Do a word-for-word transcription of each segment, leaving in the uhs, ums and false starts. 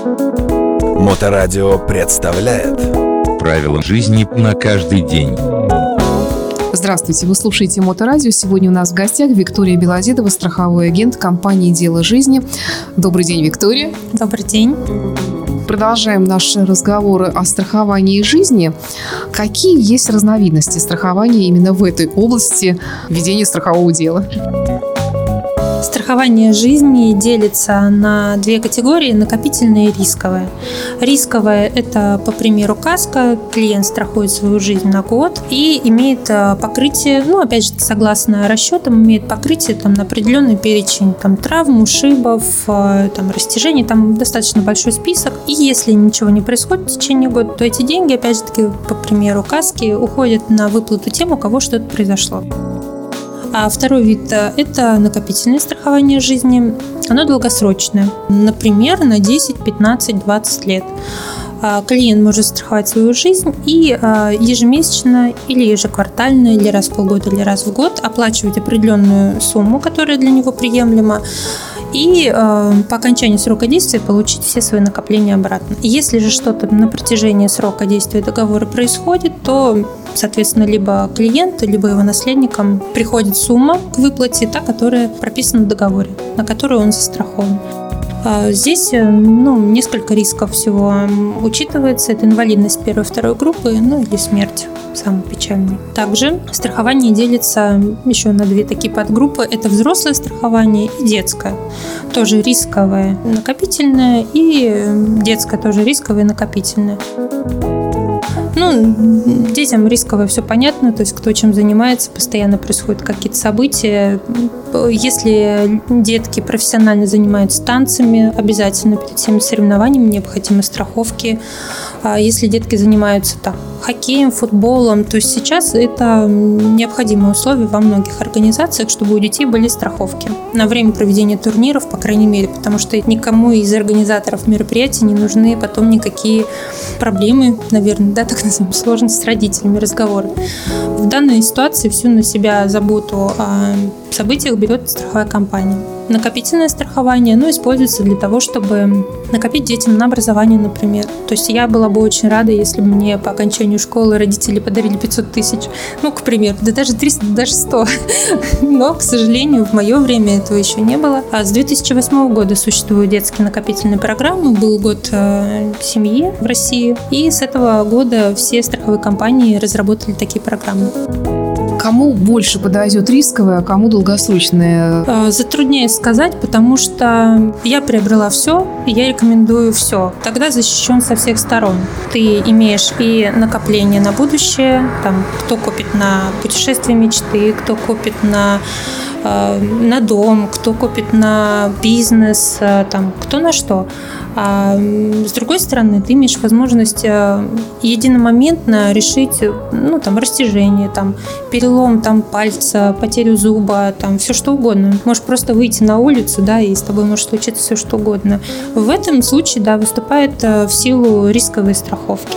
Моторадио представляет правила жизни на каждый день. Здравствуйте, вы слушаете Моторадио. Сегодня у нас в гостях Виктория Белозидова, страховой агент компании «Дело жизни». Добрый день, Виктория. Добрый день. Продолжаем наши разговоры о страховании жизни. Какие есть разновидности страхования именно в этой области ведения страхового дела? Страхование жизни делится на две категории: накопительное и рисковое. Рисковое – это, по примеру, каска. Клиент страхует свою жизнь на год и имеет покрытие, ну, опять же, согласно расчетам, имеет покрытие там, на определенный перечень там, травм, ушибов, там, растяжений, там достаточно большой список. И если ничего не происходит в течение года, то эти деньги, опять же таки, по примеру, каски, уходят на выплату тем, у кого что-то произошло. А второй вид – это накопительное страхование жизни. Оно долгосрочное, например, на десять, пятнадцать, двадцать лет. Клиент может страховать свою жизнь и ежемесячно или ежеквартально, или раз в полгода, или раз в год оплачивать определенную сумму, которая для него приемлема, и э, по окончании срока действия получить все свои накопления обратно. Если же что-то на протяжении срока действия договора происходит, то, соответственно, либо клиенту, либо его наследникам приходит сумма к выплате, та, которая прописана в договоре, на которую он застрахован. Здесь ну, несколько рисков всего учитывается. Это инвалидность первой и второй группы, ну или смерть, самый печальный. Также страхование делится еще на две такие подгруппы. Это взрослое страхование и детское. Тоже рисковое, накопительное, и детское тоже рисковое и накопительное. Ну, детям рисковое все понятно, то есть кто чем занимается, постоянно происходят какие-то события. Если детки профессионально занимаются танцами, обязательно перед всеми соревнованиями необходимы страховки. Если детки занимаются там, хоккеем, футболом, то есть сейчас это необходимое условие во многих организациях, чтобы у детей были страховки на время проведения турниров, по крайней мере, потому что никому из организаторов мероприятий не нужны потом никакие проблемы, наверное, да, так называемые, сложности с родителями, разговоры. В данной ситуации всю на себя заботу о событиях берет страховая компания. Накопительное страхование, оно используется для того, чтобы накопить детям на образование, например. То есть я была бы очень рада, если бы мне по окончанию школы родители подарили пятьсот тысяч, ну, к примеру, да даже триста, да даже сто. Но, к сожалению, в мое время этого еще не было. А с две тысячи восьмого года существуют детские накопительные программы, был год э, семьи в России, и с этого года все страховые компании разработали такие программы. Кому больше подойдет рисковое, а кому долгосрочное? Затрудняюсь сказать, потому что я приобрела все, и я рекомендую все. Тогда защищен со всех сторон. Ты имеешь и накопление на будущее, там, кто копит на путешествие мечты, кто копит на на дом, кто копит на бизнес, там, кто на что. А с другой стороны, ты имеешь возможность единомоментно решить, ну, там, растяжение, там, перелом там, пальца, потерю зуба, там, все что угодно. Можешь просто выйти на улицу, да, и с тобой может случиться все что угодно. В этом случае, да, выступает в силу рисковые страховки.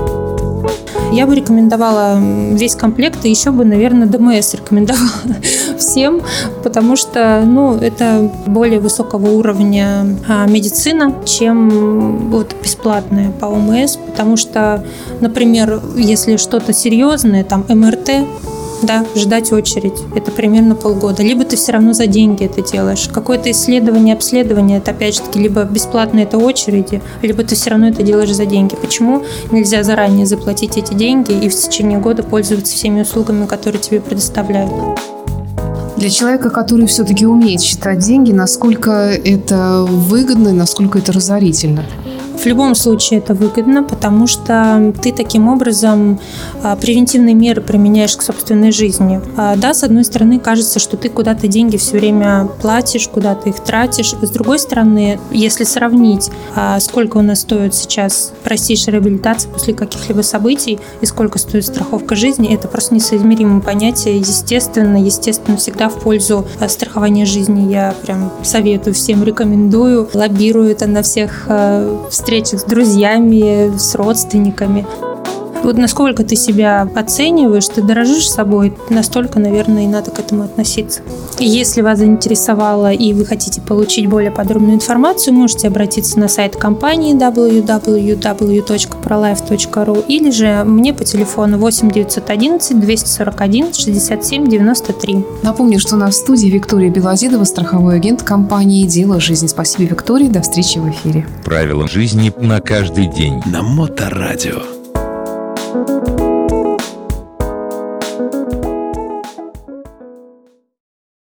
Я бы рекомендовала весь комплект, и еще бы, наверное, ДМС рекомендовала всем, потому что, ну, это более высокого уровня медицина, чем вот бесплатная по ОМС, потому что, например, если что-то серьезное, там эм эр тэ, да, ждать очередь, это примерно полгода. Либо ты все равно за деньги это делаешь. Какое-то исследование, обследование, это опять же таки либо бесплатно это очереди, либо ты все равно это делаешь за деньги. Почему нельзя заранее заплатить эти деньги и в течение года пользоваться всеми услугами, которые тебе предоставляют? Для человека, который все-таки умеет считать деньги, насколько это выгодно и насколько это разорительно? В любом случае это выгодно, потому что ты таким образом превентивные меры применяешь к собственной жизни. Да, с одной стороны, кажется, что ты куда-то деньги все время платишь, куда ты их тратишь. С другой стороны, если сравнить, сколько у нас стоит сейчас простейшая реабилитация после каких-либо событий и сколько стоит страховка жизни, это просто несоизмеримое понятие. Естественно, естественно, всегда в пользу страхования жизни. Я прям советую всем, рекомендую, лоббирую это на всех встречах с друзьями, с родственниками. Вот насколько ты себя оцениваешь, ты дорожишь собой, настолько, наверное, и надо к этому относиться. Если вас заинтересовало и вы хотите получить более подробную информацию, можете обратиться на сайт компании дабл ю дабл ю дабл ю точка пролайф точка ру или же мне по телефону восемь девятьсот одиннадцать двести сорок один шестьдесят семь девяносто три. Напомню, что у нас в студии Виктория Белозидова, страховой агент компании «Дело жизни». Спасибо, Виктория. До встречи в эфире. Правила жизни на каждый день. На Моторадио.